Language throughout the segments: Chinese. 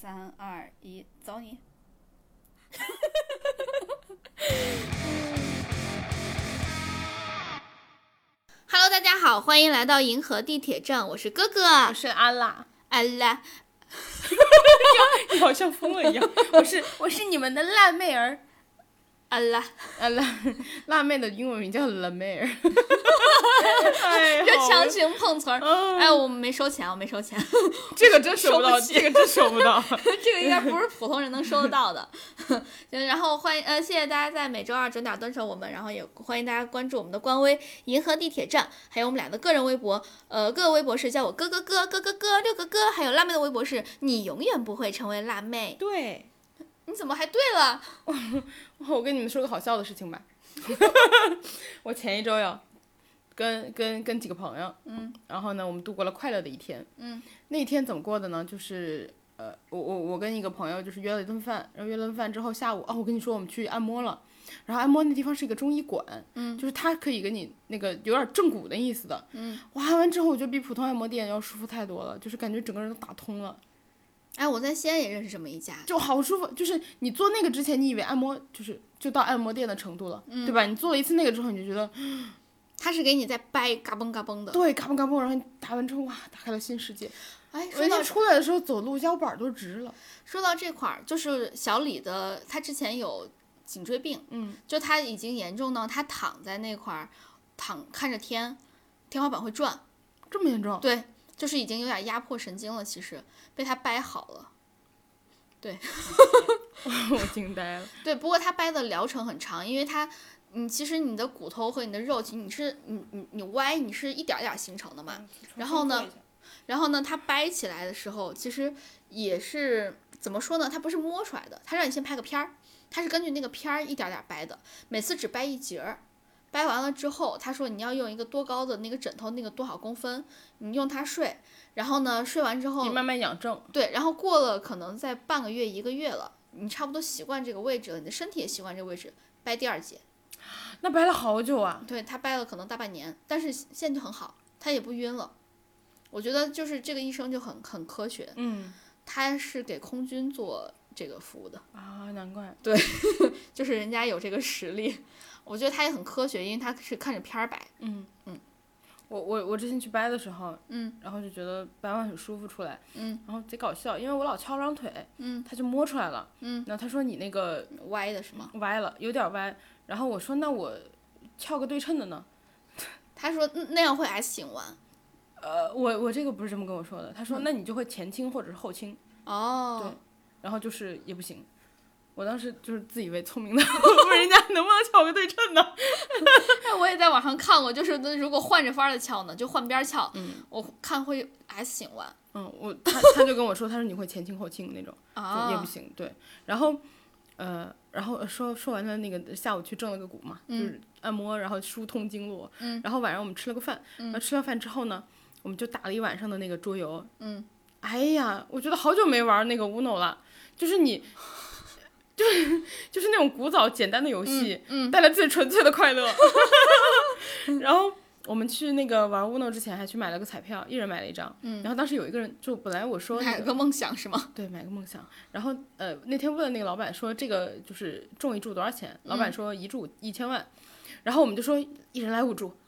3、2、1，走你！Hello， 大家好，欢迎来到银河地铁站，我是哥哥， 我是安娜， 安娜， 你好像疯了一样。我是你们的辣妹儿， 安娜， 辣妹的英文名叫 La 妹儿。 哎，这强行碰瓷儿，哎，我没收钱， 这个真收不到，这个真收不到， 这个应该不是普通人能收得到的。然后欢迎谢谢大家在每周二准点蹲守我们，然后也欢迎大家关注我们的官微银河地铁站，还有我们俩的个人微博，各个微博是叫我哥六个哥，还有辣妹的微博是你永远不会成为辣妹。 对， 你怎么还对了？ 我跟你们说个好笑的事情吧。我前一周要跟几个朋友，然后呢，我们度过了快乐的一天。那一天怎么过的呢？就是我跟一个朋友就是约了一顿饭，然后约了顿饭之后下午，我跟你说我们去按摩了，然后按摩那地方是一个中医馆，就是它可以给你那个有点正骨的意思的，我按完之后我觉得比普通按摩店要舒服太多了，就是感觉整个人都打通了。 哎，我在西安也认识这么一家， 就好舒服。就是你做那个之前，你以为按摩就到按摩店的程度了，对吧？你做了一次那个之后，你就觉得他是给你在掰嘎嘣嘎嘣的， 对，嘎嘣嘎嘣，然后你打完之后，哇，打开了新世界。 哎， 我那天出来的时候走路腰板都直了。 说到这块儿，就是小李的，他之前有颈椎病，就他已经严重到他躺在那块儿，看着天花板会转， 这么严重？ 对，就是已经有点压迫神经了，其实被他掰好了。对， 我惊呆了。 对，不过他掰的疗程很长，因为他，其实你的骨头和你的肉，其实你歪，你是一点点形成的嘛。然后呢，他掰起来的时候，其实也是怎么说呢？他不是摸出来的，他让你先拍个片儿，他是根据那个片儿一点点掰的，每次只掰一节儿。掰完了之后，他说你要用一个多高的那个枕头，那个多少公分，你用它睡，然后呢睡完之后你慢慢养正。 对，然后过了可能在半个月1个月了，你差不多习惯这个位置了，你的身体也习惯这个位置，掰第2节。 那掰了好久啊？ 对，他掰了可能大半年，但是现在就很好，他也不晕了。我觉得就是这个医生就很科学，他是给空军做这个服务的啊，难怪。 对，就是人家有这个实力。我觉得他也很科学，因为他是看着片儿摆。 我之前去掰的时候，然后就觉得掰完很舒服出来，然后贼搞笑，因为我老翘张腿，他就摸出来了，然后他说你那个歪的是吗？ 歪了，有点歪，然后我说那我翘个对称的呢？ 他说那样会 S 型弯。 我这个不是这么跟我说的，他说那你就会前倾或者是后倾。 哦， 对，然后就是也不行。我当时就是自以为聪明的，问人家能不能翘个对称呢？ 我也在网上看过，就是如果换着法的翘呢，就换边翘，我看会 S 型弯。 他就跟我说，他说你会前倾后倾那种，也不行。对，然后说完了那个下午去正了个骨嘛，就是按摩，然后疏通经络，然后晚上我们吃了个饭，然后吃了饭之后呢，我们就打了一晚上的那个桌游，哎呀，我觉得好久没玩那个 Uno 了，就是你。就是那种古早简单的游戏，带来最纯粹的快乐。然后我们去那个玩 Uno 之前，还去买了个彩票，一人买了一张。然后当时有一个人，就本来我说、 买个梦想是吗？ 对，买个梦想。然后那天问那个老板说这个就是中一注多少钱？老板说一注1000万。然后我们就说一人来5注。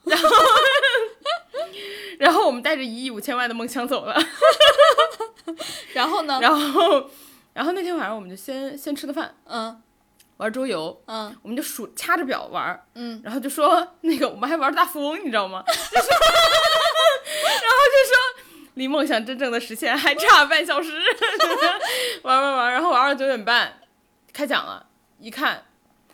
然后我们带着1亿5千万的梦想走了。 然后呢？ 然后那天晚上我们就先吃的饭，玩桌游，我们就掐着表玩，然后就说那个我们还玩大富翁，你知道吗？然后就说离梦想真正的实现还差半小时，玩，然后玩到9点半，开奖了，一看，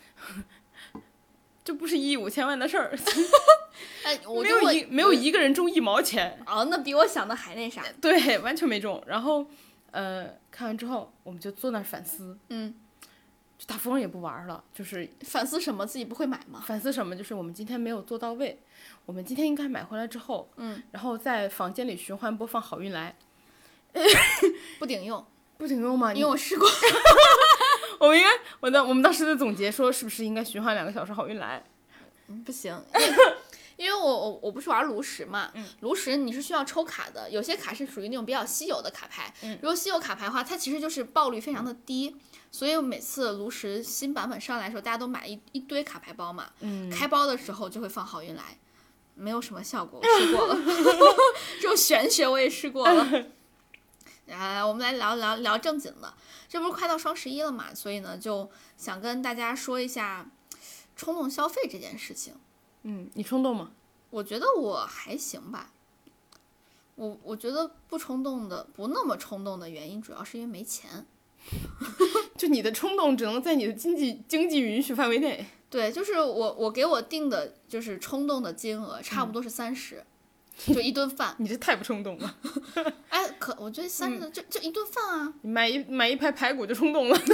这不是1亿5千万的事儿， 哎， 没有一个人中1毛钱， 那比我想的还那啥， 对，完全没中，然后。看完之后我们就坐那儿反思，就大富翁也不玩了，就是反思什么？自己不会买吗？ 反思什么？就是我们今天没有做到位，我们今天应该买回来之后，然后在房间里循环播放好运来， 不顶用吗？ 因为我试过。 我们当时的总结说，是不是应该循环2个小时好运来？ 不行， 因为我不是玩炉石嘛，炉石你是需要抽卡的，有些卡是属于那种比较稀有的卡牌，如果稀有卡牌的话，它其实就是爆率非常的低，所以每次炉石新版本上来的时候，大家都买一堆卡牌包嘛，开包的时候就会放好运来，没有什么效果，我试过了，这种玄学我也试过了。我们来聊正经的，这不是快到双11了嘛，所以呢，就想跟大家说一下冲动消费这件事情。 你冲动吗？ 我觉得我还行吧。我觉得不那么冲动的原因，主要是因为没钱。 就你的冲动只能在你的经济允许范围内。 对，就是我给我定的就是冲动的金额，差不多是30，就一顿饭。 你这太不冲动了。 哎，我觉得30就一顿饭啊。 你买一排排骨就冲动了。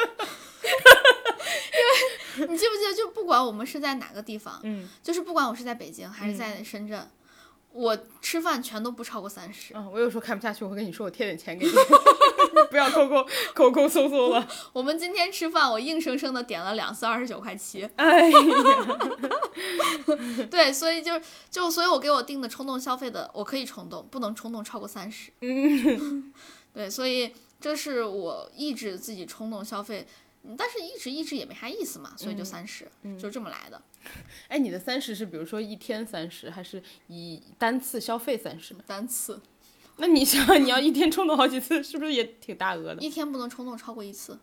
因为你记不记得，就不管我们是在哪个地方，就是不管我是在北京还是在深圳，我吃饭全都不超过30。 我有时候看不下去，我会跟你说我贴点钱给你，不要抠抠搜搜了。 我们今天吃饭，我硬生生的点了2次29.7块。 哎呀， 对，所以所以我给我定的冲动消费的，我可以冲动，不能冲动超过30。对，所以这是我抑制自己冲动消费。但是抑制也没啥意思嘛，所以就30，就这么来的。 哎，你的30是比如说一天30，还是以单次消费30？ 单次。 那你想，你要一天冲动好几次，是不是也挺大额的？ 一天不能冲动超过1次。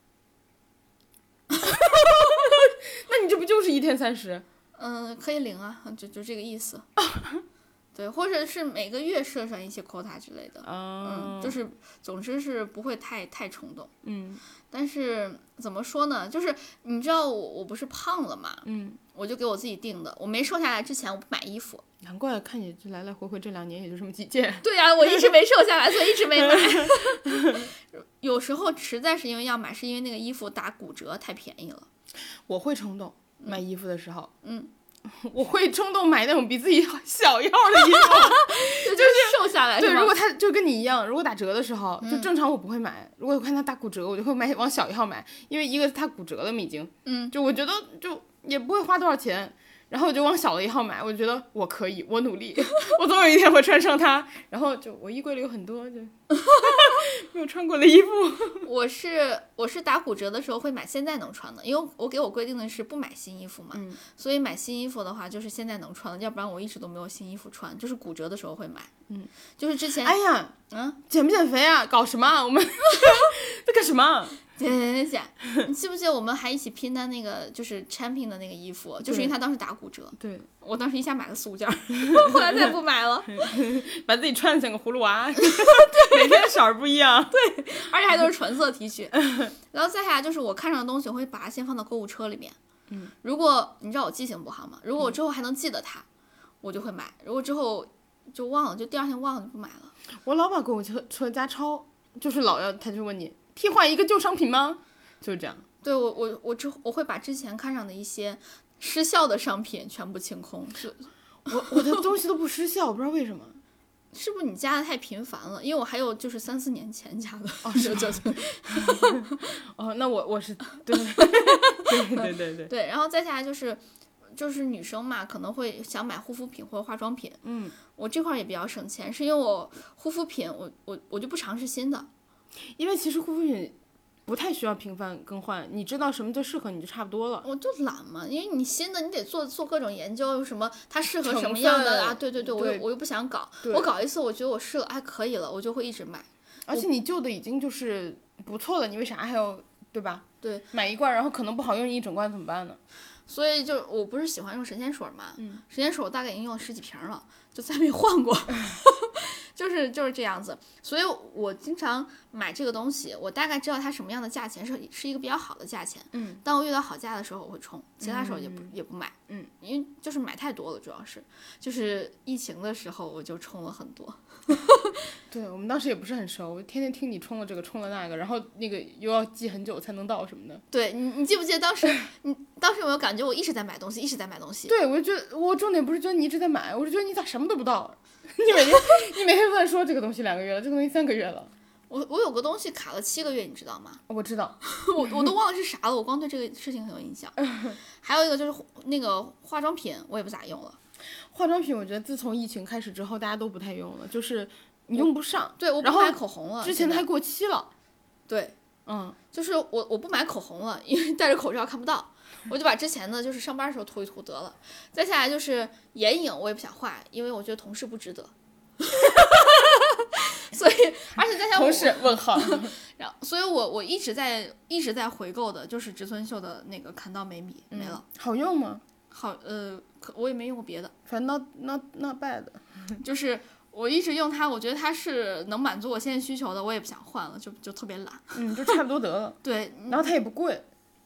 那你这不就是一天30？ 可以0啊，就这个意思。对，或者是每个月设上一些 quota 之类的，就是总之是不会太冲动。但是怎么说呢？就是你知道我不是胖了嘛，我就给我自己定的，我没瘦下来之前我不买衣服。 难怪看你这来来回回这2年也就这么几件。 对呀，我一直没瘦下来，所以一直没买。有时候实在是因为要买，是因为那个衣服打骨折太便宜了。 我会冲动买衣服的时候，我会冲动买那种比自己小腰的衣服， 就是瘦下来。 对，如果他就跟你一样，如果打折的时候，就正常我不会买。如果我看他打骨折，我就会往小腰买，因为一个他骨折了已经，就我觉得就也不会花多少钱。然后我就往小的1号买，我觉得我可以，我努力，我总有一天会穿上它。然后就我衣柜里有很多就没有穿过的衣服。 我是打骨折的时候会买现在能穿的，因为我给我规定的是不买新衣服嘛，所以买新衣服的话就是现在能穿的，要不然我一直都没有新衣服穿，就是骨折的时候会买。就是之前哎呀，减不减肥啊？搞什么？我们在干什么？ 减，你记不记得我们还一起拼的那个就是 Champion 的那个衣服，就是因为他当时打骨折。 对， 我当时一下买了4、5件，后来再不买了。 把自己穿得像个葫芦娃，每天色儿不一样。 对，而且还都是纯色 T 恤。然后再下来就是我看上的东西，我会把它先放到购物车里面。如果你知道我记性不好嘛，如果我之后还能记得它，我就会买；如果之后就忘了，就第2天忘了就不买了。 我老把购物车加超，就是老要他就问你替换一个旧商品吗？就是这样。 对，我会把之前看上的一些失效的商品全部清空。 我的东西都不失效，我不知道为什么。 是不是你加的太频繁了？因为我还有就是3、4年前加的。 那我是对。 对，然后再下来就是女生嘛，可能会想买护肤品或者化妆品。我这块也比较省钱，是因为我护肤品我就不尝试新的。 因为其实护肤品不太需要频繁更换，你知道什么最适合你就差不多了。 我就懒嘛，因为你新的你得做各种研究，什么它适合什么样的啊？对，我又不想搞，我搞一次我觉得我试了还可以了，我就会一直买。 而且你旧的已经就是不错了，你为啥还要对吧？ 对， 买一罐然后可能不好用一整罐怎么办呢？ 所以就我不是喜欢用神仙水嘛，神仙水我大概已经用了10几瓶了，就再没换过。就是这样子，所以我经常买这个东西，我大概知道它什么样的价钱是一个比较好的价钱。当我遇到好价的时候我会冲，其他时候也不买。因为就是买太多了，主要是就是疫情的时候我就冲了很多。 对，我们当时也不是很熟，天天听你冲了这个冲了那个，然后那个又要寄很久才能到什么的。 对，你记不记得当时有没有感觉我一直在买东西？ 对，我就觉得我重点不是觉得你一直在买，我是觉得你咋什么都不到。你每天问说这个东西2个月了，这个东西3个月了。 我有个东西卡了7个月，你知道吗？ 我知道。 我都忘了是啥了，我光对这个事情很有印象。还有一个就是那个化妆品，我也不咋用了。 化妆品我觉得自从疫情开始之后，大家都不太用了，就是你用不上。 对，我不买口红了， 之前它还过期了。 对，就是我不买口红了，因为戴着口罩看不到，我就把之前的就是上班的时候涂一涂得了。再下来就是眼影，我也不想画，因为我觉得同事不值得。所以，而且再加上同事问号， 然后，所以我一直在回购的，就是植村秀的那个砍刀眉笔没了。 好用吗？ 好，我也没用过别的， 反正 not bad， 就是我一直用它，我觉得它是能满足我现在需求的，我也不想换了，就特别懒。 就差不多得了。 对， 然后它也不贵。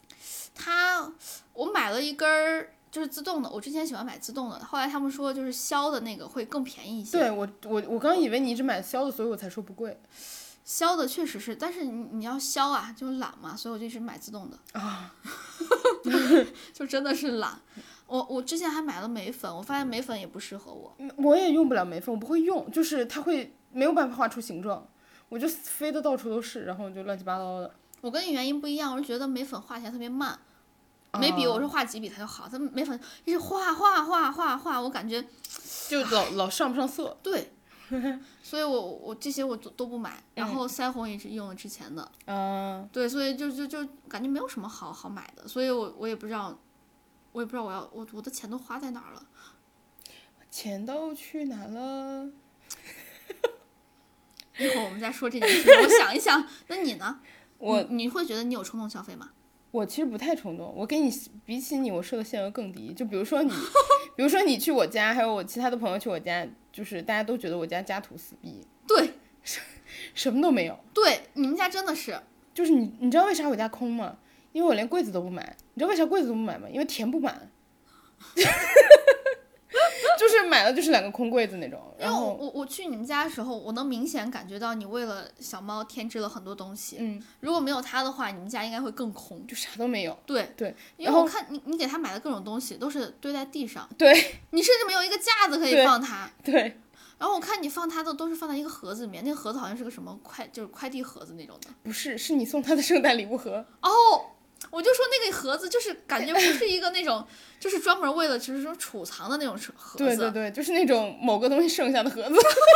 我买了一根儿。就是自动的，我之前喜欢买自动的，后来他们说就是削的那个会更便宜一些。 对，我刚以为你一直买削的，所以我才说不贵。 削的确实是，但是你要削啊，就懒嘛，所以我就一直买自动的啊， 就真的是懒。我之前还买了眉粉，我发现眉粉也不适合我。 我也用不了眉粉，我不会用，就是它会没有办法画出形状，我就飞的到处都是，然后就乱七八糟的。 我跟你原因不一样，我是觉得眉粉画起来特别慢。眉笔我是画几笔它就好，它眉粉一直画，我感觉就老上不上色。 对，所以我这些我都不买，然后腮红也是用了之前的。对，所以就感觉没有什么好买的，所以我也不知道，我的钱都花在哪儿了。 钱都去哪了？ 一会儿我们再说这件事，我想一想。那你呢？你会觉得你有冲动消费吗？ 我其实不太冲动，我跟你比起你，我设的限额更低。就比如说你去我家，还有我其他的朋友去我家，就是大家都觉得我家徒四壁。 对， 什么都没有。 对，你们家真的是。 就是你知道为啥我家空吗？因为我连柜子都不买。你知道为啥柜子都不买吗？因为填不满。就是买了就是2个空柜子那种。然后我去你们家的时候，我能明显感觉到你为了小猫添置了很多东西。如果没有它的话，你们家应该会更空， 就啥都没有。 对，因为我看你给它买的各种东西都是堆在地上。 对， 你甚至没有一个架子可以放它。 对。 然后我看你放它的都是放在一个盒子里面，那个盒子好像是个什么就是快递盒子那种的。 不是，是你送他的圣诞礼物盒。 我就说那个盒子就是感觉不是一个那种，就是专门为了就是说储藏的那种盒子。 对，就是那种某个东西剩下的盒子。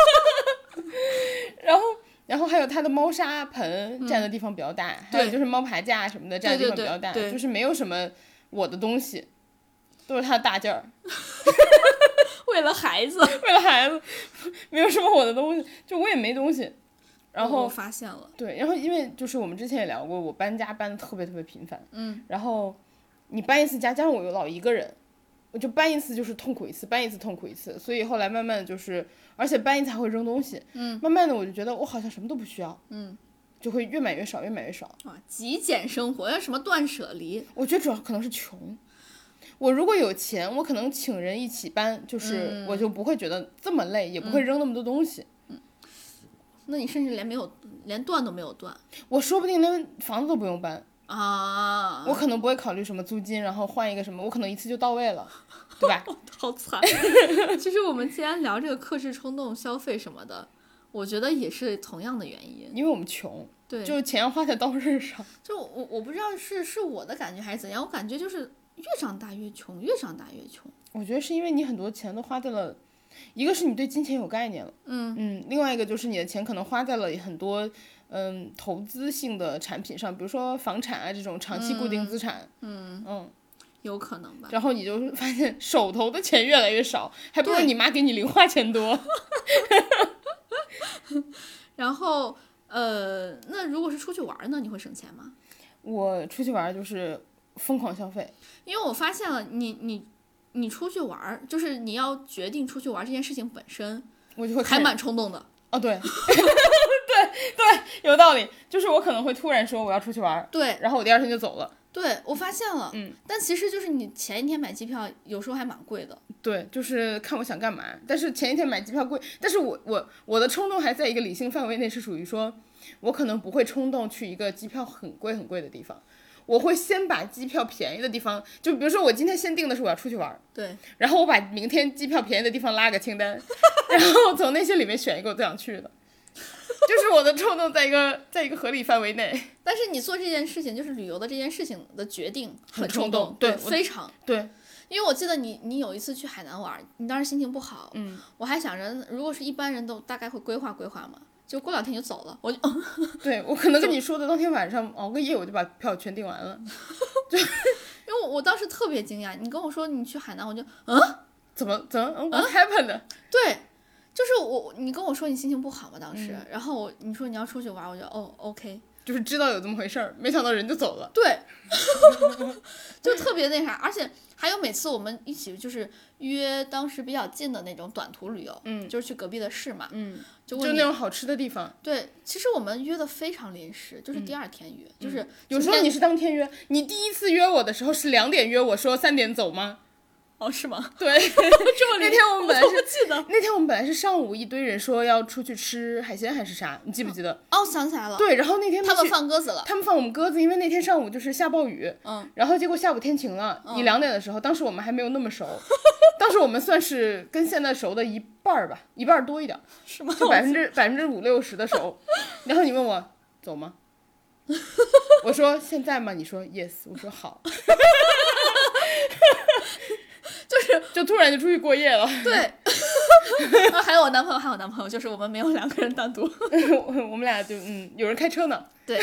然后还有它的猫砂盆占的地方比较大，还有就是猫爬架什么的占的地方比较大，就是没有什么我的东西，都是它的大件儿。 为了孩子， 没有什么我的东西，就我也没东西。然后我发现了， 对，然后因为就是我们之前也聊过，我搬家搬的特别频繁。然后你搬一次家，加上我又老一个人，我就搬一次就是痛苦一次，搬一次痛苦一次，所以后来慢慢的就是，而且搬一次还会扔东西。慢慢的我就觉得我好像什么都不需要。就会越买越少。 极简生活要什么断舍离？ 我觉得主要可能是穷。我如果有钱，我可能请人一起搬，就是我就不会觉得这么累，也不会扔那么多东西。 那你甚至连断都没有断， 我说不定连房子都不用搬啊！ 我可能不会考虑什么租金，然后换一个什么，我可能一次就到位了，对吧？ 好惨。其实我们既然聊这个克制冲动消费什么的，我觉得也是同样的原因， 因为我们穷， 对， 就是钱要花在刀刃上。 就我不知道是我的感觉还是怎样，我感觉就是越长大越穷，越长大越穷。 我觉得是因为你很多钱都花在了。一个是你对金钱有概念了，另外一个就是你的钱可能花在了很多投资性的产品上，比如说房产啊这种长期固定资产， 有可能吧。 然后你就发现手头的钱越来越少，还不如你妈给你零花钱多。 然后那如果是出去玩呢，你会省钱吗？ 我出去玩就是疯狂消费， 因为我发现了你出去玩，就是你要决定出去玩这件事情本身， 我就会还蛮冲动的。 对，对，有道理。就是我可能会突然说我要出去玩， 对， 然后我第2天就走了。 对，我发现了，但其实就是你前一天买机票，有时候还蛮贵的。 对，就是看我想干嘛。但是前一天买机票贵，但是我的冲动还在一个理性范围内，是属于说，我可能不会冲动去一个机票很贵的地方。我会先把机票便宜的地方，就比如说我今天先定的是我要出去玩， 对， 然后我把明天机票便宜的地方拉个清单，然后从那些里面选一个我最想去的，就是我的冲动在一个合理范围内。 但是你做这件事情，就是旅游的这件事情的决定很冲动， 对， 非常对。 因为我记得你有一次去海南玩，你当时心情不好，我还想着如果是一般人都大概会规划规划嘛，就过2天就走了，我就对，我可能跟你说的当天晚上熬个夜我就把票全订完了， 因为我当时特别惊讶，你跟我说你去海南，我就怎么what happened？ 对，就是你跟我说你心情不好嘛当时，然后你说你要出去玩，我就OK。 就是知道有这么回事儿，没想到人就走了。 对，就特别那啥，而且还有每次我们一起就是约当时比较近的那种短途旅游，就是去隔壁的市嘛， 就那种好吃的地方。 对，其实我们约的非常临时，就是第2天约，就是有时候你是当天约，你第一次约我的时候是2点约我说3点走吗？ 哦，是吗？ 对， 这么那天我们本来是记得， 那天我们本来是上午一堆人说要出去吃海鲜还是啥，你记不记得？ 哦，想起来了。 对，然后那天他们放鸽子了。 他们放我们鸽子，因为那天上午就是下暴雨，然后结果下午天晴了，1、2点的时候，当时我们还没有那么熟，当时我们算是跟现在熟的一半吧，一半多一点， 是吗？ 就5%、60%的熟。然后你问我走吗？我说现在吗？你说 yes， 我说好。就突然就出去过夜了。 对。还有我男朋友，就是我们没有2个人单独。 我们俩就有人开车呢。 对。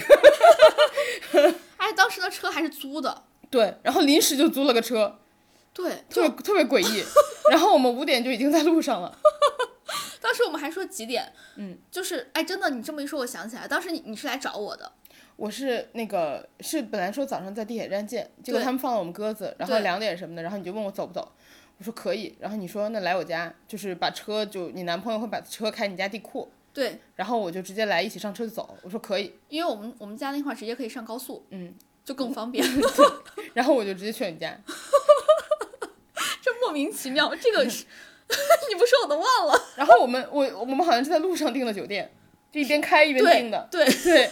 当时的车还是租的。 对，然后临时就租了个车。 对， 特别诡异。然后我们5点就已经在路上了。 当时我们还说几点？就是真的，你这么一说，我想起来，当时你是来找我的。 我是本来说早上在地铁站见，结果他们放了我们鸽子，然后2点什么的，然后你就问我走不走，我说可以，然后你说那来我家，就是把车你男朋友会把车开你家地库， 对， 然后我就直接来一起上车就走，我说可以， 因为我们家那块直接可以上高速，就更方便。 对，然后我就直接去你家。 这莫名其妙，这个是你不说我都忘了。 然后我们好像是在路上订的酒店，就一边开一边订的。 对。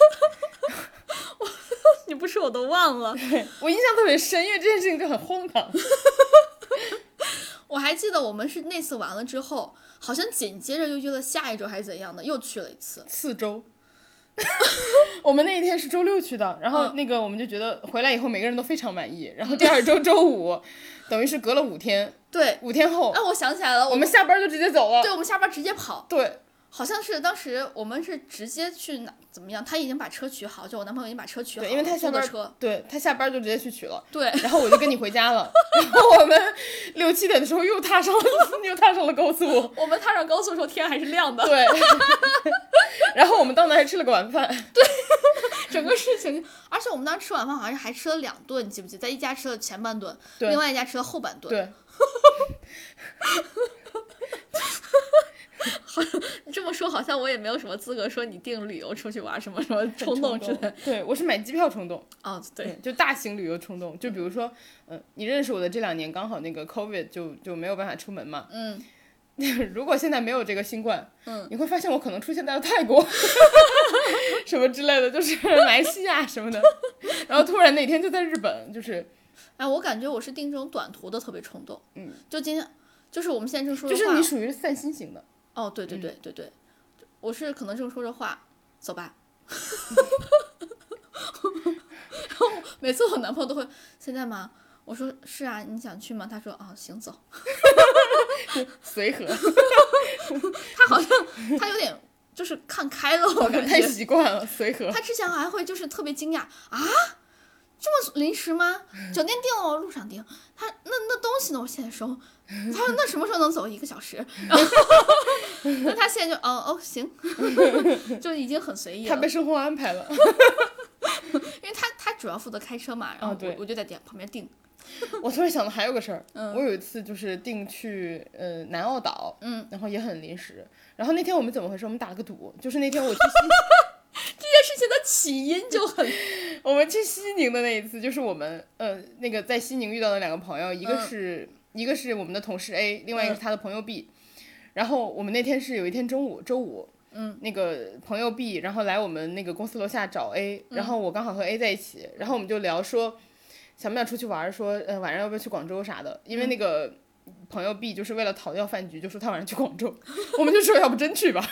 你不说我都忘了。 我印象特别深，因为这件事情就很荒唐。 我还记得我们是那次完了之后，好像紧接着又约了下一周还是怎样的，又去了一次。 4周。我们那一天是周6去的，然后我们就觉得回来以后每个人都非常满意，然后第2周周5，等于是隔了5天。 对 ，5天后。 我想起来了， 我们下班就直接走了。 对，我们下班直接跑。 对。 好像是当时我们是直接去怎么样？他已经把车取好，就我男朋友已经把车取好了。 对，因为他下班车， 对他下班就直接去取了。 对， 然后我就跟你回家了。然后我们6、7点的时候又踏上了高速。 我们踏上高速的时候天还是亮的。 对。然后我们到那还吃了个晚饭。 对，整个事情，而且我们当时吃晚饭好像还吃了2顿，你记不记得？在一家吃了前半顿，另外一家吃了后半顿。 对。 你这么说好像我也没有什么资格说你订旅游出去玩什么什么冲动之类。 对，我是买机票冲动。 哦，对， 就大型旅游冲动，就比如说，你认识我的这2年刚好那个 COVID 就没有办法出门嘛。如果现在没有这个新冠，你会发现我可能出现在了泰国，什么之类的，就是马来西亚什么的。然后突然哪天就在日本，就是， 我感觉我是订这种短途的特别冲动。就今天，就是我们现在正说的话， 就是你属于散心型的。 哦，对，我是可能正说着话，走吧。然后每次我男朋友都会现在吗？我说是啊，你想去吗？他说行走。 随和。 他好像他有点就是看开了，我感觉太习惯了随和。 他之前还会就是特别惊讶啊。这么临时吗？酒店订了，我路上订。他那东西呢？我现在收。他说那什么时候能走？1个小时。然后那他现在就行，就已经很随意了。 他被生活安排了。 因为他主要负责开车嘛，然后我就在旁边订。 我突然想到还有个事儿，我有一次就是订去南澳岛，然后也很临时。然后那天我们怎么回事？我们打了个赌，就是那天我去这件事情的起因就很， 我们去西宁的那一次，就是我们那个在西宁遇到的2个朋友，一个是我们的同事 A， 另外一个是他的朋友 B。然后我们那天是有一天周五，那个朋友 B 然后来我们那个公司楼下找 A，然后我刚好和 A 在一起，然后我们就聊说想不想出去玩，说晚上要不要去广州啥的，因为那个朋友 B 就是为了逃掉饭局，就说他晚上去广州，我们就说要不真去吧。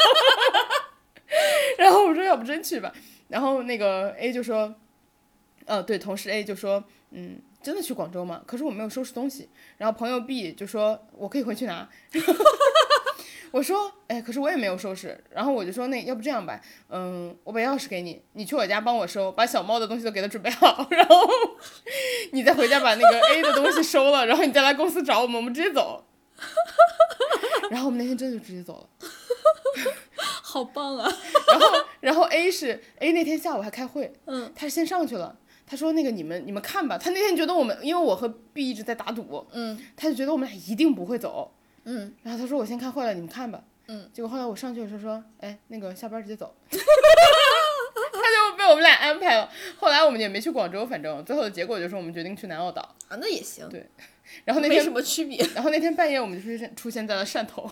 然后我说要不真去吧，然后那个 A 就说，对，同事 A 就说， 真的去广州吗？可是我没有收拾东西。然后朋友 B 就说我可以回去拿。我说可是我也没有收拾。然后我就说那要不这样吧，我把钥匙给你，你去我家帮我收，把小猫的东西都给它准备好，然后你再回家把那个 A 的东西收了，然后你再来公司找我们，我们直接走。然后我们那天真的就直接走了。 好棒啊。 然后 A 那天下午还开会，他是先上去了。他说那个你们看吧，他那天觉得我们，因为我和 B 一直在打赌，他就觉得我们俩一定不会走，然后他说我先开会了，你们看吧，结果后来我上去的时候说，那个下班直接走。他就被我们俩安排了。后来我们也没去广州，反正最后的结果就是我们决定去南澳岛啊，那也行。 对，然后那天没什么区别。 然后那天半夜我们就出现在了汕头。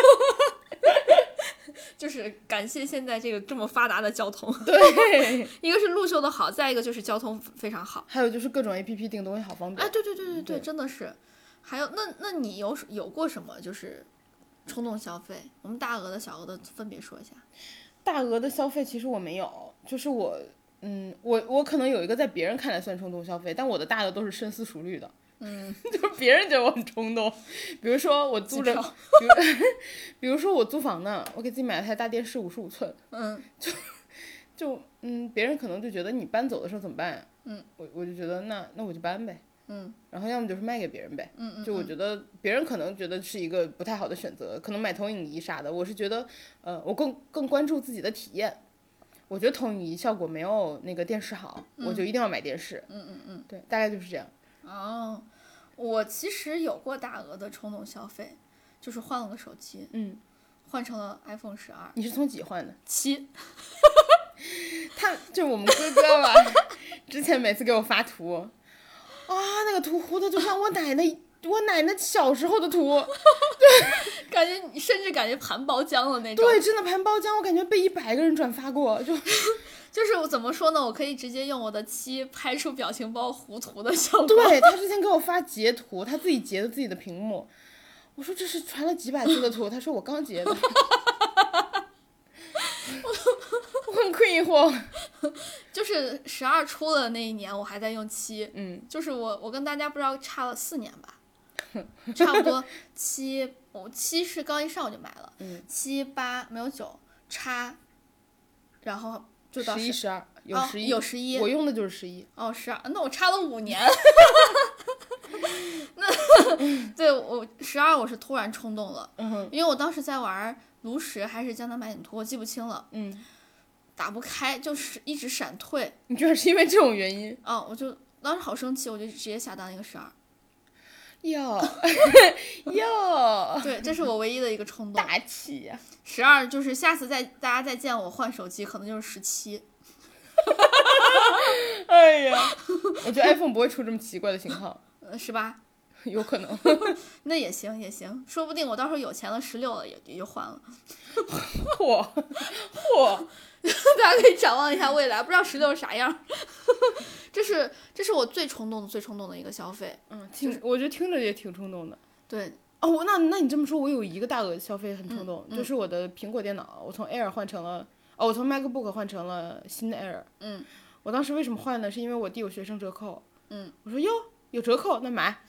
就是感谢现在这个这么发达的交通。 对， 一个是路修的好，再一个就是交通非常好， 还有就是各种 APP 订东西好方便。 对，真的是。还有那你有过什么就是冲动消费？我们大额的小额的分别说一下。 大额的消费其实我没有，就是我可能有一个在别人看来算冲动消费，但我的大额都是深思熟虑的。就是别人觉得我很冲动，比如说我租着，比如说我租房呢，我给自己买了台大电视55寸，别人可能就觉得你搬走的时候怎么办呀？我就觉得那我就搬呗，然后要么就是卖给别人呗，就我觉得别人可能觉得是一个不太好的选择，可能买投影仪啥的，我是觉得我更关注自己的体验。我觉得投影仪效果没有那个电视好，我就一定要买电视。对，大概就是这样。 哦，我其实有过大额的冲动消费，就是换了个手机，换成了 iPhone 12。 你是从几换的 ？7。 他就是我们哥哥吧，之前每次给我发图，那个图糊的就像我奶奶小时候的图， 对，感觉你甚至感觉盘包浆了那种。 对，真的盘包浆，我感觉被100个人转发过， 就是我怎么说呢？我可以直接用我的7拍出表情包糊涂的效果。 对，他之前给我发截图，他自己截的自己的屏幕，我说这是传了几百次的图，他说我刚截的。我很困惑。 就是12出了那一年，我还在用7，就是我跟大家不知道差了4年吧，差不多我7是刚一上我就买了，7、8没有9，然后就到 11、12有11， 有11， 我用的就是11。 12，那我差了5年。那对我12我是突然冲动了，因为我当时在玩炉石还是江南百景图，我记不清了，打不开，就是一直闪退。 你居然是因为这种原因？ 我就当时好生气，我就直接下单一个12。 哟， 对，这是我唯一的一个冲动。 大气呀 ！12就是下次大家再见我换手机，可能就是17。 哎呀，我觉得 iPhone 不会出这么奇怪的型号。 是吧？ 有可能。 那也行，说不定我到时候有钱了16了也就换了。 嚯！ 大家可以展望一下未来，不知道16是啥样。这是我最冲动的一个消费。 我觉得听着也挺冲动的。 对。 那你这么说，我有一个大额消费很冲动，就是我的苹果电脑，我从 Air 换成了，我从 MacBook 换成了新的 Air。我当时为什么换呢？是因为我弟有学生折扣。我说哟，有折扣那买。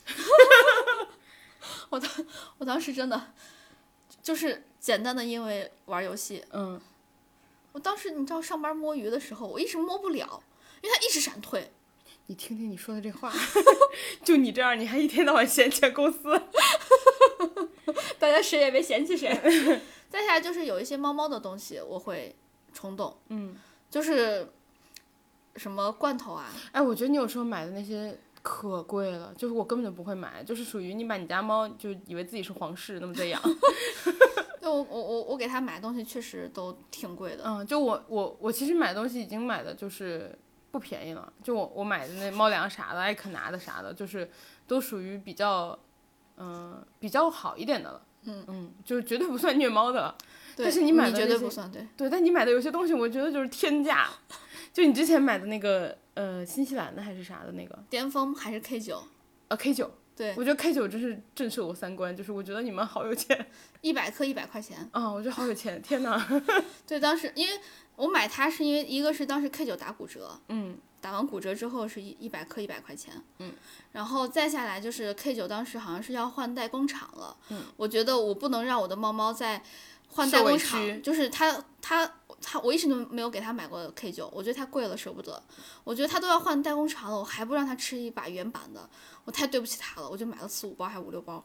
我当时真的就是简单的因为玩游戏。我当时你知道上班摸鱼的时候，我一直摸不了，因为它一直闪退。 你听听你说的这话，就你这样，你还一天到晚嫌弃公司。 大家谁也别嫌弃谁。再下来就是有一些猫猫的东西我会冲动，就是什么罐头啊。 我觉得你有时候买的那些可贵了，就是我根本就不会买，就是属于你把你家猫就以为自己是皇室那么在养。 就我给他买东西确实都挺贵的。 就我其实买东西已经买的就是不便宜了，就我买的那猫粮啥的，爱肯拿的啥的，就是都属于比较好一点的了。就绝对不算虐猫的了。但是你买的绝对不算对，但你买的有些东西，我觉得就是天价。就你之前买的那个新西兰的还是啥的那个巅峰还是 K9 K9。 对， 我觉得 K9 真是震慑我3观，就是我觉得你们好有钱 ，100克100块钱。 我觉得好有钱，天哪！ 对，当时因为我买它是因为一个是当时 K9 打骨折， 打完骨折之后是100克100块钱，然后再下来就是 K9当时好像是要换代工厂了，我觉得我不能让我的猫猫在换代工厂，就是我一直都没有给它买过 K9，我觉得太贵了舍不得，我觉得它都要换代工厂了，我还不让它吃一把原版的，我太对不起它了，我就买了4、5包还5、6包。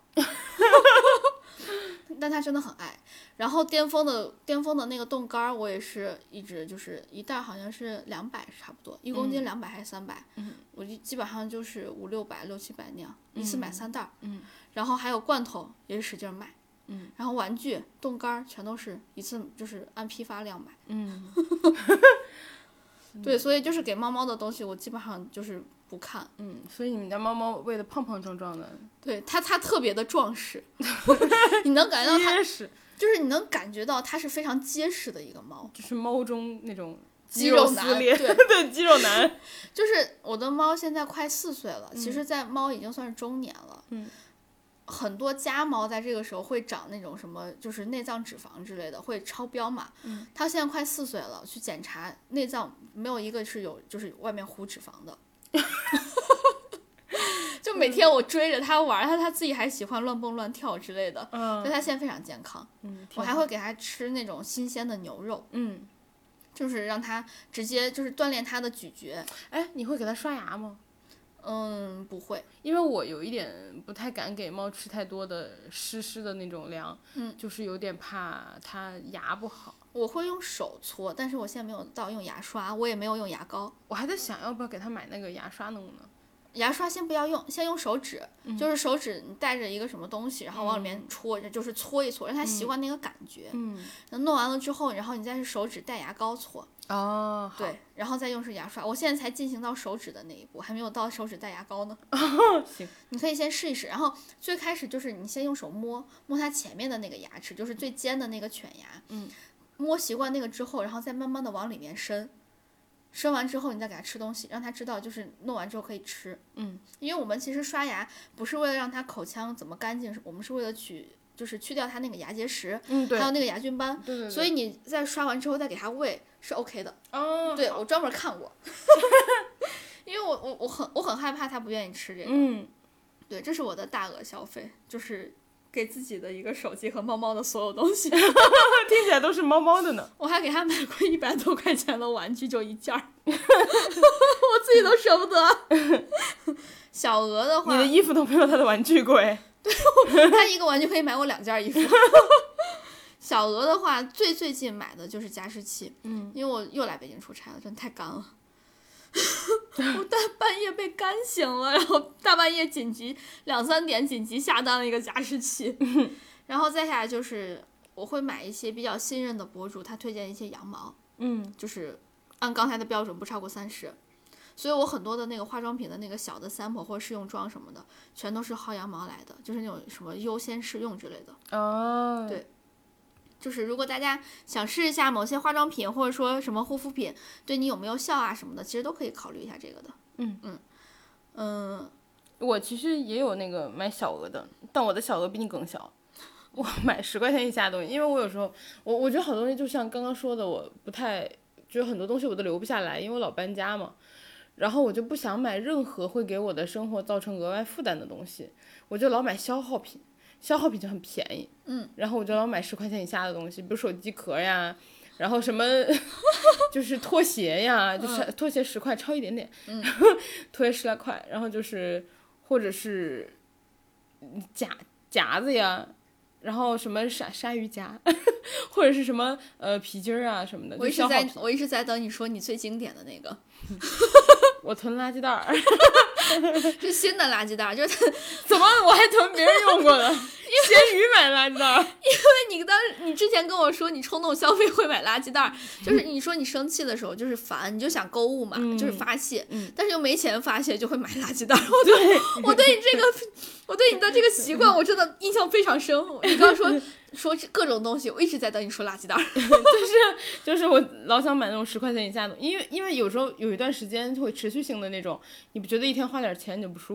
但它真的很爱。然后巅峰的那个冻干我也是一直就是一袋好像是200差不多，1公斤200还是300，我基本上就是5、600、6、700那样，一次买3袋。然后还有罐头也是使劲买。然后玩具冻干全都是一次就是按批发量买。对，所以就是给猫猫的东西我基本上就是不看。 所以你们家猫猫喂的胖胖壮壮的。 对，它特别的壮实。你能感觉到它就是你能感觉到它是非常结实的一个猫， 就是猫中那种肌肉男。 对肌肉男。 就是我的猫现在快4岁了，其实在猫已经算是中年了。很多家猫在这个时候会长那种什么就是内脏脂肪之类的会超标嘛。它现在快4岁了，去检查内脏没有一个是有就是外面糊脂肪的。就每天我追着它玩，它自己还喜欢乱蹦乱跳之类的。所以它现在非常健康。我还会给它吃那种新鲜的牛肉。就是让它直接就是锻炼它的咀嚼。 哎，你会给它刷牙吗？ 不会， 因为我有一点不太敢给猫吃太多的湿的那种粮，就是有点怕它牙不好。 我会用手搓，但是我现在没有到用牙刷，我也没有用牙膏。 我还在想要不要给它买那个牙刷弄呢。 牙刷先不要用，先用手指，就是手指你带着一个什么东西，然后往里面戳，就是搓一搓，让它习惯那个感觉。弄完了之后，然后你再是手指带牙膏搓。对，然后再用是牙刷。我现在才进行到手指的那一步，还没有到手指带牙膏呢。 行， 你可以先试一试，然后最开始就是你先用手摸它前面的那个牙齿，就是最尖的那个犬牙。摸习惯那个之后，然后再慢慢的往里面伸完之后你再给它吃东西，让它知道就是弄完之后可以吃。因为我们其实刷牙不是为了让它口腔怎么干净，我们是为了就是去掉它那个牙结石，还有那个牙菌斑。 对， 所以你在刷完之后再给它喂是 OK 的。对，我专门看过。因为我很害怕它不愿意吃这个。对，这是我的大额消费，就是给自己的一个手机和猫猫的所有东西。听起来都是猫猫的呢。 我还给它买过100多块钱的玩具，就1件。我自己都舍不得。小鹅的话， 你的衣服都没有它的玩具贵。 对，它一个玩具可以买我2件衣服。小鹅的话，最近买的就是加湿器。因为我又来北京出差了，真的太干了。我大半夜被干醒了，然后大半夜紧急2、3点紧急下单了一个加湿器。然后再下来就是我会买一些比较信任的博主，他推荐一些羊毛。就是按刚才的标准不超过30。所以我很多的那个化妆品的那个小的 sample 或者试用装什么的，全都是薅羊毛来的，就是那种什么优先试用之类的。对，就是如果大家想试一下某些化妆品或者说什么护肤品对你有没有效啊什么的，其实都可以考虑一下这个的。 我其实也有那个买小额的，但我的小额比你更小。我买10块钱以下的东西，因为我有时候我觉得好多东西就像刚刚说的，我不太就是很多东西我都留不下来，因为我老搬家嘛。然后我就不想买任何会给我的生活造成额外负担的东西，我就老买消耗品就很便宜。然后我就老买10块钱以下的东西，比如手机壳呀，然后什么就是拖鞋呀，就是拖鞋10块超一点点，拖鞋10来块，然后就是或者是夹子呀，然后什么鲨鱼夹，或者是什么皮筋啊什么的。 我一直在等你说你最经典的那个。 我囤垃圾袋儿。 是新的垃圾袋，就是怎么我还囤别人用过的？闲鱼买垃圾袋。 因为你之前跟我说你冲动消费会买垃圾袋，就是你说你生气的时候就是烦，你就想购物嘛，就是发泄，但是又没钱发泄，就会买垃圾袋。我对你的这个习惯我真的印象非常深。你刚刚说各种东西，我一直在等你说垃圾袋。 就是我老想买那种10块钱以下的，因为有时候有一段时间就会持续性的那种，你不觉得一天花点钱你就不舒服？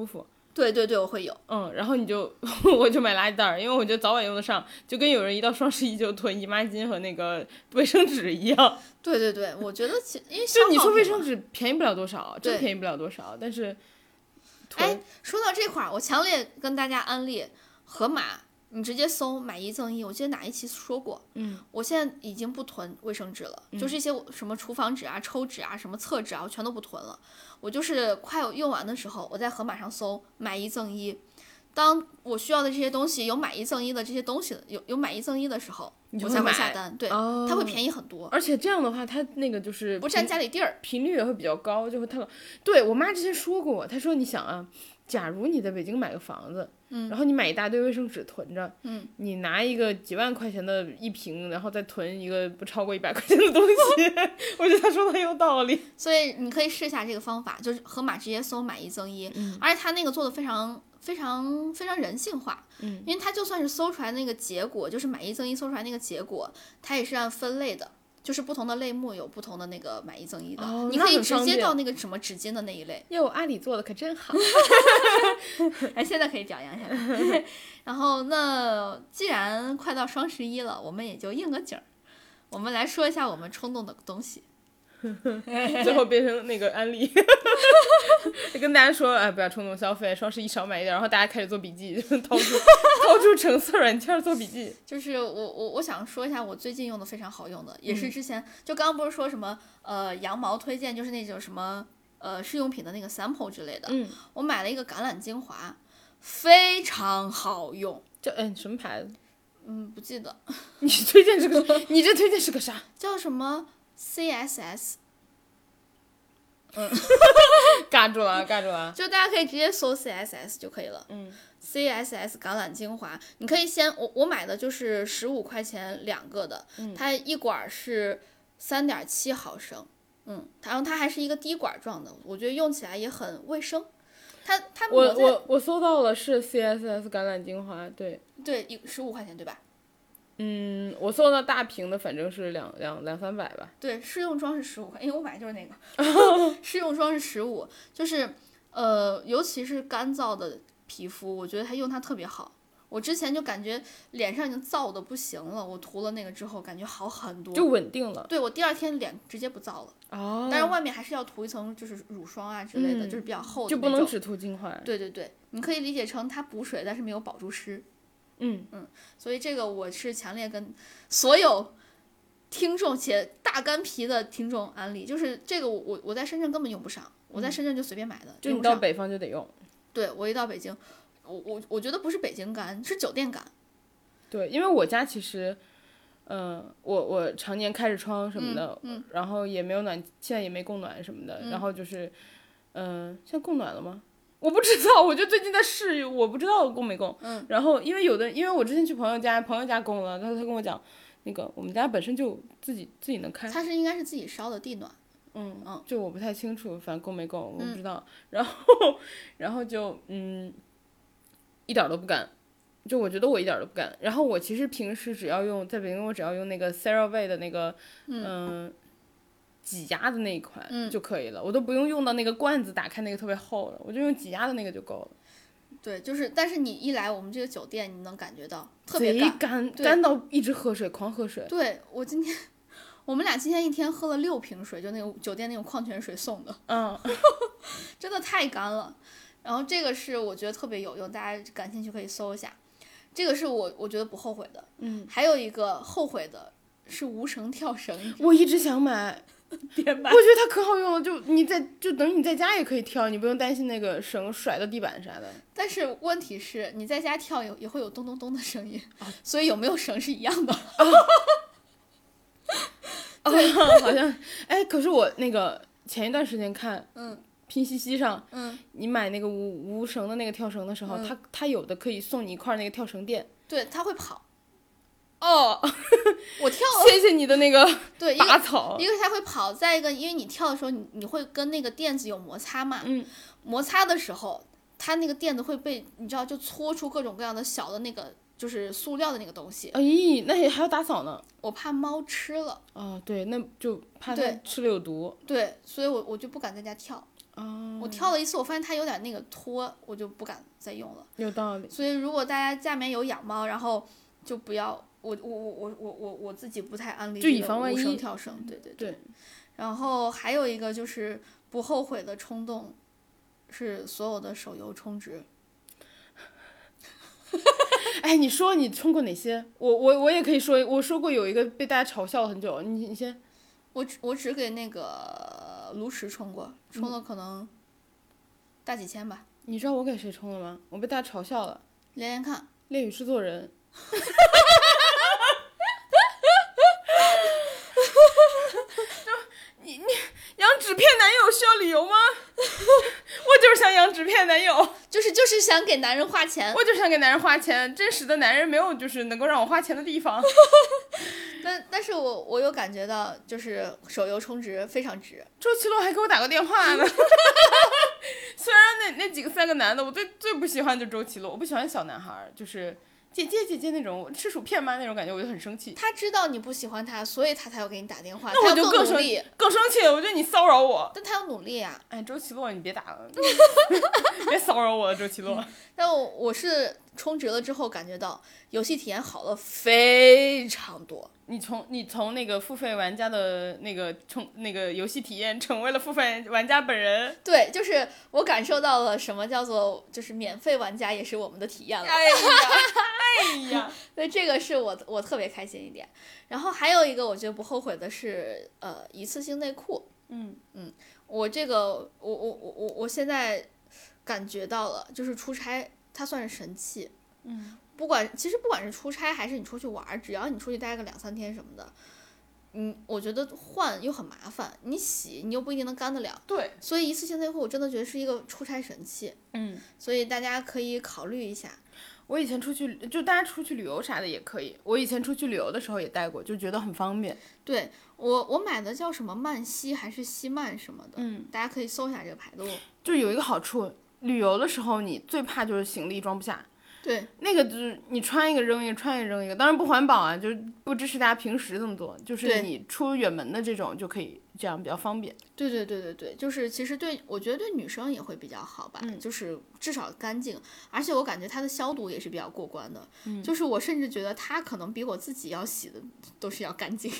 对对对，我会有。 然后我就买垃圾袋，因为我觉得早晚用得上，就跟有人一到双11就囤姨妈巾和那个卫生纸一样。 对对对，我觉得因为就你说卫生纸便宜不了多少，真便宜不了多少，但是说到这块儿，我强烈跟大家安利盒马。你直接搜买一赠一，我记得哪一期说过。我现在已经不囤卫生纸了，就是一些什么厨房纸啊、抽纸啊、什么厕纸啊，我全都不囤了。我就是快用完的时候，我在盒马上搜买一赠一。当我需要的这些东西有买一赠一的这些东西有买一赠一的时候，我才会下单。对，它会便宜很多。 而且这样的话，它那个就是不占家里地儿， 频率也会比较高，就会太。对，我妈之前说过，她说你想啊，假如你在北京买个房子，然后你买一大堆卫生纸囤着，你拿一个几万块钱的一瓶，然后再囤一个不超过100块钱的东西，我觉得她说的很有道理。 所以你可以试一下这个方法，就是盒马直接搜买一赠一，而且它那个做的非常非常非常人性化，因为它就算是搜出来那个结果，就是买一赠一搜出来那个结果，它也是按分类的。就是不同的类目有不同的那个买一赠一的，你可以直接到那个什么纸巾的那一类。 哟，阿里做的可真好。 哎，现在可以表扬一下。然后那既然快到双11了，我们也就应个景儿，我们来说一下我们冲动的东西。 最后变成那个安利，跟大家说，哎，不要冲动消费，双11少买一点，然后大家开始做笔记，掏出橙色软件做笔记。 就是我想说一下，我最近用的非常好用的，也是之前就刚刚不是说什么羊毛推荐，就是那种什么试用品的那个 sample 之类的，我买了一个橄榄精华，非常好用。 叫什么牌子？ 不记得。 你推荐这个？你这推荐是个啥？ 叫什么？ CSS， 尬住了， 就大家可以直接搜 CSS 就可以了。CSS 橄榄精华，你可以先我买的就是15块钱2个的，它一管是3.7毫升，然后它还是一个滴管状的，我觉得用起来也很卫生。它我搜到了是 CSS 橄榄精华，对 ，15块钱对吧？ 我搜到大瓶的，反正是200-300吧。 对，试用装是15块，因为我买的就是那个。试用装是15，就是尤其是干燥的皮肤，我觉得用它特别好。我之前就感觉脸上已经燥的不行了，我涂了那个之后感觉好很多， 就稳定了。 对，我第2天脸直接不燥了。但是外面还是要涂一层就是乳霜啊之类的，就是比较厚的那种。 就不能只涂精华。 对对对，你可以理解成它补水，但是没有保住湿。所以这个我是强烈跟所有听众且大干皮的听众安利，就是这个我在深圳根本用不上，我在深圳就随便买的， 就你到北方就得用。 对，我一到北京，我觉得不是北京干，是酒店干。 对，因为我家其实，我常年开着窗什么的，然后也没有现在也没供暖什么的，然后就是，现在供暖了吗？我不知道，我就最近在试，我不知道供没供。然后因为我之前去朋友家供了，他跟我讲，那个我们家本身就自己能开。 它应该是自己烧的地暖。 就我不太清楚，反正供没供我不知道。然后就一点都不干，就我觉得我一点都不干。然后我其实平时在北京我只要用那个 CeraVe 的那个挤压的那一款就可以了，我都不用到那个罐子打开那个特别厚的，我就用挤压的那个就够了。 对，但是你一来我们这个酒店，你能感觉到特别干到一直喝水，狂喝水。 对，我们俩今天一天喝了6瓶水，就那种酒店那种矿泉水送的。真的太干了。然后这个是我觉得特别有用，大家感兴趣可以搜一下。这个是我觉得不后悔的。还有一个后悔的是无绳跳绳。 我一直想买。 别买， 我觉得它可好用了，就等于你在家也可以跳，你不用担心那个绳甩到地板啥的。 但是问题是你在家跳也会有咚咚咚的声音，所以有没有绳是一样的。 好像可是我那个前一段时间看，拼夕夕上，你买那个无绳的那个跳绳的时候，它有的可以送你一块那个跳绳垫。 对，它会跑。 我跳了，谢谢你的那个拔草。 一个它会跑，再一个因为你跳的时候你会跟那个垫子有摩擦嘛，摩擦的时候它那个垫子会被你知道就搓出各种各样的小的那个就是塑料的那个东西。 哎，那也还要打扫呢。 我怕猫吃了。 哦，对，那就怕它吃了有毒。 对，所以我就不敢在家跳。我跳了一次，我发现它有点那个脱，我就不敢再用了。 有道理。 所以如果大家家里面有养猫，然后就不要我自己不太安利这个无声跳绳。对对对。然后还有一个就是不后悔的冲动，是所有的手游充值。 哎，你说你充过哪些？我也可以说，我说过有一个被大家嘲笑了很久，你先。 我只给那个炉石充过，充了可能大几千吧。 你知道我给谁充了吗？我被大家嘲笑了。 连连看。 恋与制作人。你养纸片男友需要理由吗？我就是想养纸片男友， 就是想给男人花钱。 我就想给男人花钱，真实的男人没有就是能够让我花钱的地方。 但是我有感觉到，就是手游充值非常值。 周奇洛还给我打个电话呢。虽然那3个男的，我最不喜欢就周奇洛，我不喜欢小男孩，就是姐姐那种吃薯片吗那种感觉，我就很生气。 他知道你不喜欢他，所以他才要给你打电话。 那我就更生气了，我觉得你骚扰我。 但他要努力啊。 哎，周奇洛你别打了。别骚扰我了，周奇洛。 但我是充值了之后感觉到游戏体验好了非常多。 你从那个付费玩家的那个游戏体验成为了付费玩家本人。 对，就是我感受到了什么叫做就是免费玩家也是我们的体验了。 哎呀， 所以这个是我特别开心一点。然后还有一个我觉得不后悔的是一次性内裤。我这个我现在感觉到了，就是出差它算是神器。其实不管是出差还是你出去玩，只要你出去待个2-3天什么的，我觉得换又很麻烦，你洗你又不一定能干得了。 对， 所以一次性内裤我真的觉得是一个出差神器。所以大家可以考虑一下。 我以前出去就大家出去旅游啥的也可以，我以前出去旅游的时候也带过，就觉得很方便。 对，我买的叫什么曼西还是西曼什么的，大家可以搜一下这个牌子。 就有一个好处，旅游的时候你最怕就是行李装不下。 对， 那个就是你穿一个扔一个，穿一个扔一个，当然不环保啊，就是不支持大家平时这么做，就是你出远门的这种就可以这样比较方便。 对，就是其实我觉得对女生也会比较好吧，就是至少干净，而且我感觉它的消毒也是比较过关的。就是我甚至觉得它可能比我自己要洗的都是要干净。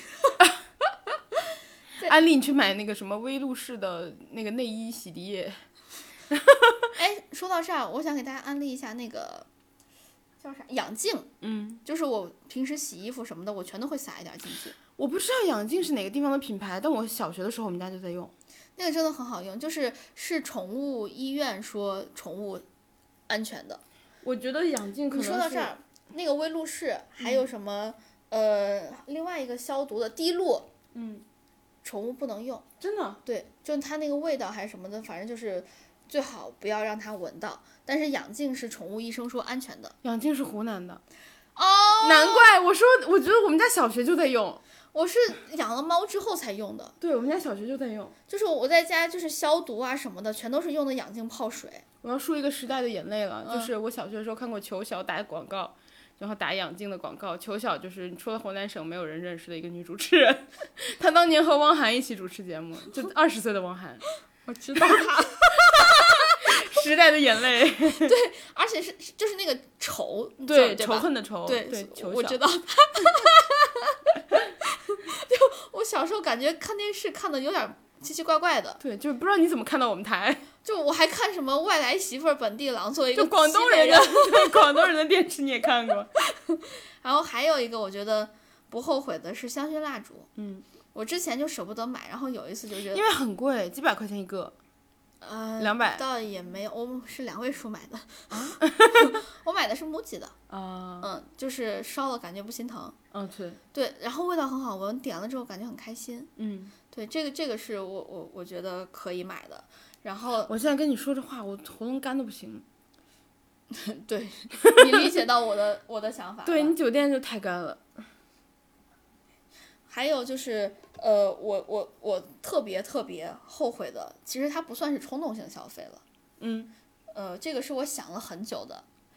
安利你去买那个什么威露士的那个内衣洗涤液。 哎，说到这儿，我想给大家安利一下那个叫啥养净。就是我平时洗衣服什么的，我全都会撒一点进去。 我不知道养净是哪个地方的品牌，但我小学的时候我们家就在用。 那个真的很好用，是宠物医院说宠物安全的。 我觉得养净可能是。 你说到这儿，那个威露士还有什么另外一个消毒的滴露，宠物不能用。 真的？ 对，就它那个味道还是什么的，反正就是最好不要让它闻到。但是养净是宠物医生说安全的。 养净是湖南的。 哦， 难怪我觉得我们家小学就在用。 我是养了猫之后才用的。 对，我们家小学就在用。 就是我在家就是消毒啊什么的，全都是用的养净泡水。 我要说一个时代的眼泪了，就是我小学的时候看过球小打广告，然后打养净的广告。球小就是除了湖南省没有人认识的一个女主持人，她当年和汪涵一起主持节目，就20岁的汪涵。 我知道她。 时代的眼泪。 对，而且就是那个仇， 对仇恨的仇。 对， 球小我知道。就我小时候感觉看电视看的有点奇奇怪怪的。 对，就不知道你怎么看到我们台。 就我还看什么外来媳妇本地郎作为一个就广东人的对广东人的电视你也看过。 然后还有一个我觉得不后悔的是香薰蜡烛。我之前就舍不得买，然后有一次就觉得因为很贵，几百块钱一个。200 倒也没有，我是2位数买的。我买的是MUJI的。就是烧了感觉不心疼。对，然后味道很好闻，点了之后感觉很开心。对，这个是我觉得可以买的。然后我现在跟你说这话，我喉咙干的不行。 对，你理解到我的想法。 对，你酒店就太干了。 还有就是我特别后悔的，其实它不算是冲动性消费了。这个是我想了很久的，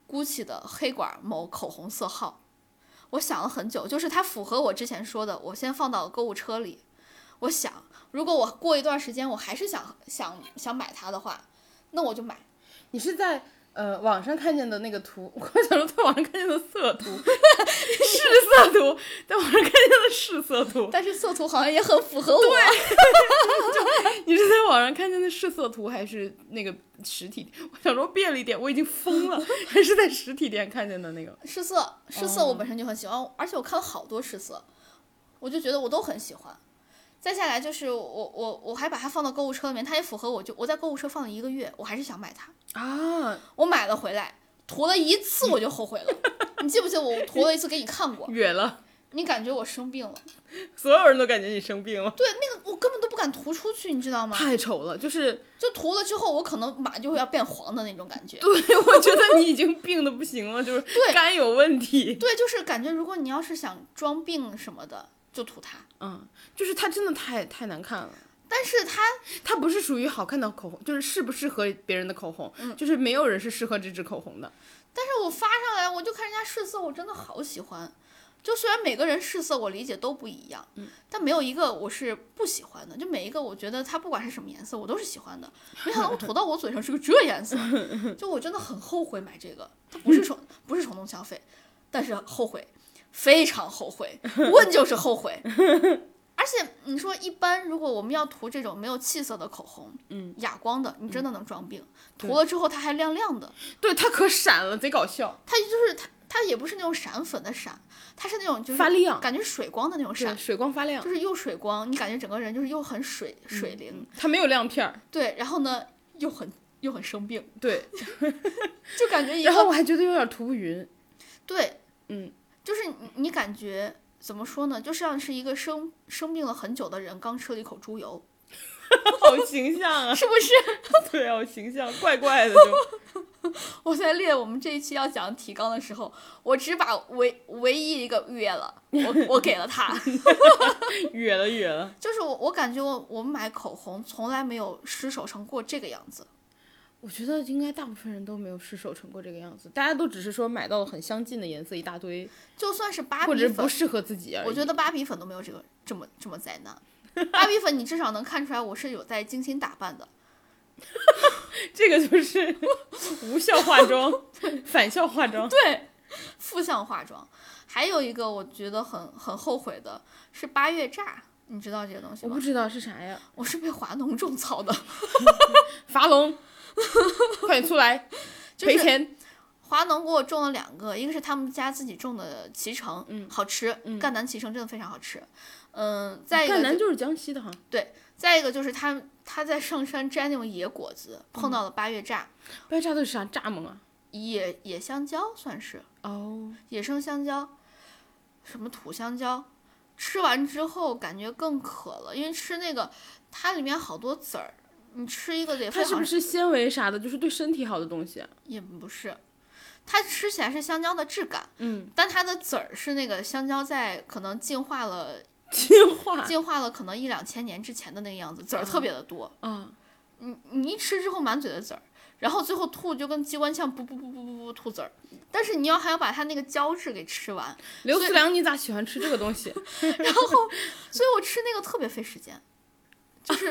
GUCCI 的黑管某口红色号。我想了很久，就是它符合我之前说的，我先放到购物车里。我想，如果我过一段时间我还是想买它的话，那我就买。 你是在网上看见的那个图，我想说在网上看见的色图，试色图，在网上看见的试色图， 但是色图好像也很符合我。 对，你是在网上看见的试色图还是那个实体？我想说变了一点，我已经疯了，还是在实体店看见的那个试色？试色我本身就很喜欢，而且我看了好多试色，我就觉得我都很喜欢。再下来就是我还把它放到购物车里面，它也符合我在购物车放了1个月，我还是想买它啊。 我买了回来，涂了一次我就后悔了。你记不记得我涂了一次给你看过？ 远了。 你感觉我生病了？ 所有人都感觉你生病了。 对，那个我根本都不敢涂出去，你知道吗？ 太丑了，就涂了之后，我可能马就会要变黄的那种感觉。 对，我觉得你已经病得不行了，就是肝有问题。 对，就是感觉如果你要是想装病什么的。就涂它， 就是它真的太难看了。 但是它不是属于好看的口红，就是适不适合别人的口红，就是没有人是适合这支口红的。 但是我发上来，我就看人家试色，我真的好喜欢。就虽然每个人试色我理解都不一样，但没有一个我是不喜欢的。就每一个我觉得它不管是什么颜色，我都是喜欢的。没想到我涂到我嘴上是个这颜色，就我真的很后悔买这个。它不是冲动消费，但是后悔。非常后悔，问就是后悔。而且你说一般，如果我们要涂这种没有气色的口红，哑光的，你真的能装病。涂了之后它还亮亮的， 对，它可闪了，贼搞笑。 它就是它也不是那种闪粉的闪，它是那种就是发亮， 感觉水光的那种闪， 水光发亮， 就是又水光，你感觉整个人就是又很水灵。 它没有亮片儿。 对，然后呢又很生病。 对， 就感觉然后我还觉得有点涂不匀。 对，就是你感觉怎么说呢？就像是一个生病了很久的人刚吃了一口猪油， 好形象啊！ 是不是？ 对，好形象，怪怪的就。 我在列我们这一期要讲提纲的时候，我只把唯一一个约了，我给了他。 约了。 就是我感觉我们买口红从来没有失手成过这个样子。 我觉得应该大部分人都没有失手成过这个样子，大家都只是说买到了很相近的颜色一大堆， 就算是芭比粉或者不适合自己而已。 我觉得芭比粉都没有这么灾难。芭比粉你至少能看出来我是有在精心打扮的。 这个就是无效化妆，反效化妆。 对，负向化妆。还有一个我觉得很后悔的是8月炸，你知道这个东西吗？ 我不知道是啥呀。 我是被华农种草的。 伐农。快点出来，赔钱。 华农给我种了2个，一个是他们家自己种的脐橙，好吃，赣南脐橙真的非常好吃。再一个赣南就是江西的哈。 对，再一个就是他在上山摘那种野果子，碰到了8月炸。 8月炸的是啥？蚱蜢啊？ 野香蕉算是野生香蕉，什么土香蕉。吃完之后感觉更渴了，因为吃那个它里面好多籽儿。你吃一个得， 它是不是纤维啥的，就是对身体好的东西？ 也不是，它吃起来是香蕉的质感，但它的籽儿是那个香蕉在可能进化了可能1-2千年之前的那个样子，籽儿特别的多。你一吃之后满嘴的籽儿，然后最后吐就跟机关枪不吐籽儿，但是你还要把它那个胶质给吃完。 刘思良，你咋喜欢吃这个东西？ 然后，所以我吃那个特别费时间。就是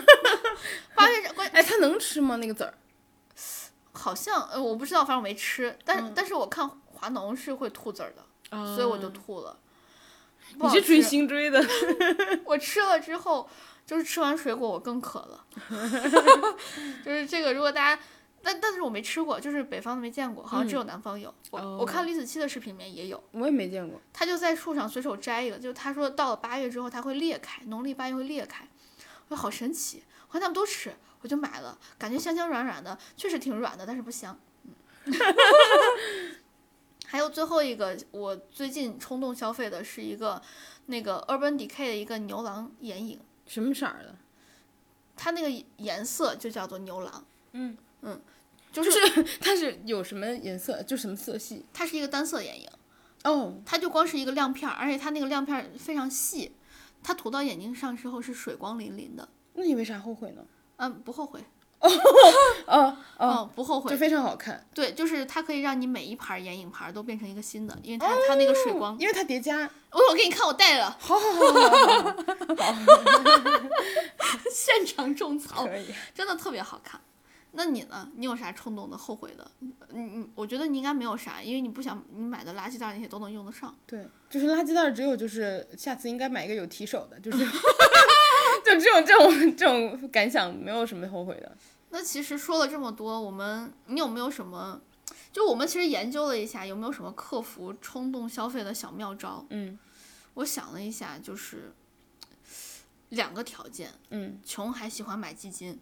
8月炸， 它能吃吗？那个籽儿？ 好像我不知道，反正我没吃。但是我看华农是会吐籽儿的，所以我就吐了。 你是追星追的？ 我吃了之后，就是吃完水果我更渴了。就是这个，如果大家，但是我没吃过，就是北方没见过，好像只有南方有。我看李子柒的视频里面也有， 我也没见过。 他就在树上随手摘一个，就他说到了8月之后它会裂开，农历8月会裂开。我说好神奇，我看他们都吃，我就买了，感觉香香软软的，确实挺软的，但是不香。还有最后一个，我最近冲动消费的是一个那个 Urban Decay 的一个牛郎眼影。 什么色的？ 它那个颜色就叫做牛郎。 就是它是有什么颜色，就什么色系？ 它是一个单色眼影。它就光是一个亮片，而且它那个亮片非常细。它涂到眼睛上之后是水光粼粼的。 那你为啥后悔呢？ 不后悔。 不后悔， 就非常好看。 对，就是它可以让你每一盘眼影盘都变成一个新的，因为它那个水光， 因为它叠加。 我给你看，我带了。 好， 现场种草， 可以， 真的特别好看。那你呢？你有啥冲动的、后悔的？我觉得你应该没有啥，因为你不想你买的垃圾袋那些都能用得上。 对，就是垃圾袋只有就是下次应该买一个有提手的，就是就只有这种感想，没有什么后悔的。 那其实说了这么多，你有没有什么？就我们其实研究了一下，有没有什么克服冲动消费的小妙招？我想了一下，就是2个条件。穷还喜欢买基金。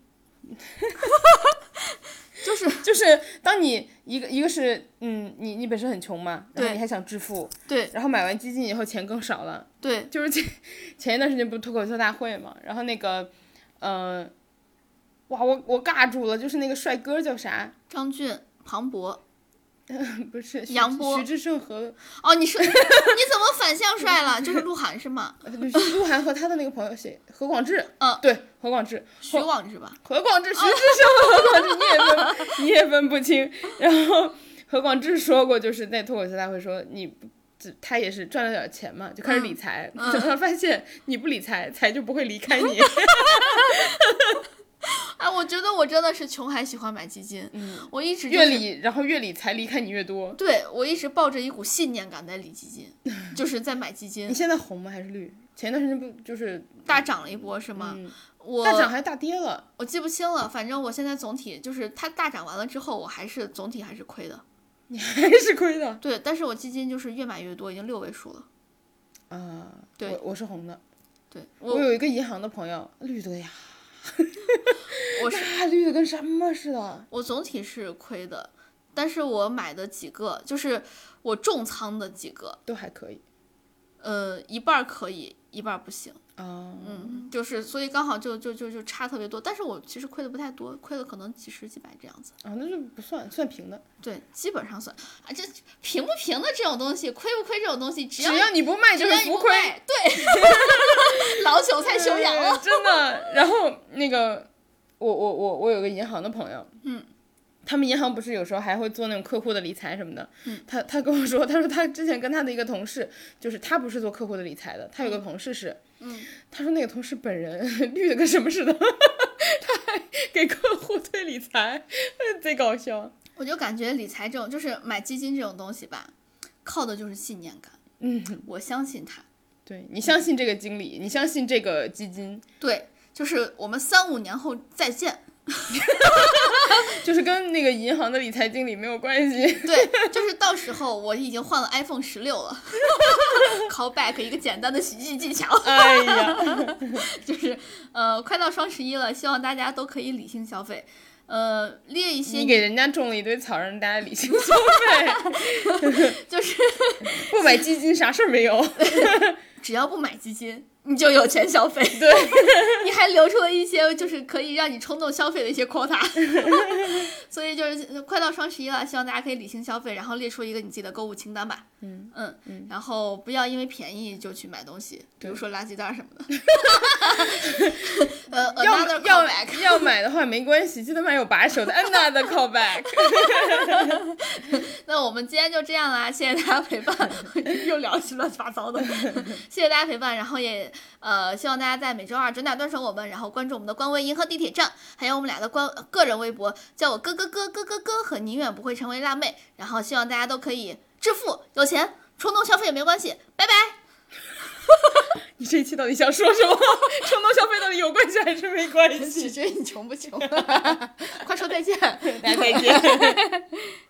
就是当你一个是你本身很穷嘛，然后你还想致富， 对， 然后买完基金以后钱更少了， 对， 就是前一段时间不是脱口秀大会嘛，然后那个哇我尬住了，就是那个帅哥叫啥？ 张俊、庞博。 不是杨波、 徐志胜和你怎么反向帅了？就是鹿晗是吗？ 鹿晗和他的那个朋友谁？何广智。对，何广智。 徐广智吧？ 何广智、徐志胜和何广智你也分不清。然后何广智说过，就是在脱口秀大会说他也是赚了点钱嘛，就开始理财，等他发现你不理财，财就不会离开你。 我觉得我真的是穷还喜欢买基金。我一直越理，然后越理财离开你越多。 对，我一直抱着一股信念感在理基金，就是在买基金。 你现在红吗？还是绿？前一段时间不就是大涨了一波是吗？ 大涨还是大跌了？ 我记不清了，反正我现在总体就是它大涨完了之后，我总体还是亏的。 你还是亏的？ 对，但是我基金就是越买越多，已经6位数了。 对，我是红的。 对， 我有一个银行的朋友，绿的呀。 那绿的跟什么似的。 我总体是亏的，但是我买的几个，就是我重仓的几个都还可以。 一半可以，一半不行。就是所以刚好就差特别多，但是我其实亏的不太多，亏了可能几十几百这样子。 那就不算平的。 对，基本上算这平不平的这种东西，亏不亏这种东西，只要你不卖就是浮亏。 对，老韭菜休养了， 真的。然后那个我有个银行的朋友，他们银行不是有时候还会做那种客户的理财什么的。他跟我说，他说他之前跟他的一个同事，就是他不是做客户的理财的，他有个同事是，他说那个同事本人绿的跟什么似的，他还给客户推理财，贼搞笑。 我就感觉理财这种，就是买基金这种东西吧，靠的就是信念感。我相信他。 对，你相信这个经理，你相信这个基金。 对，就是我们3-5年后再见。 就是跟那个银行的理财经理没有关系。 对，就是到时候我已经换了 iPhone 16了。call back 一个简单的喜剧技巧。 哎呀， 就是快到双11了，希望大家都可以理性消费。列一些你给人家种了一堆草，让大家理性消费。 就是不买基金啥事儿没有。 只要不买基金，你就有钱消费。 对， 你还留出了一些就是可以让你冲动消费的一些 quota。所以就是快到双11了，希望大家可以理性消费，然后列出一个你自己的购物清单吧。然后不要因为便宜就去买东西，比如说垃圾袋什么的。 要买的话没关系，记得买有把手的 another callback。 那我们今天就这样啦，谢谢大家陪伴。又聊起乱七八糟的。谢谢大家陪伴，然后也希望大家在每周2准点蹲守我们，然后关注我们的官微银河地铁站，还有我们俩的个人微博，叫我哥和你永远不会成为辣妹，然后希望大家都可以致富有钱，冲动消费也没关系，拜拜。 你这一期到底想说什么？冲动消费到底有关系还是没关系？ 取决于你穷不穷。快说再见， 大家再见。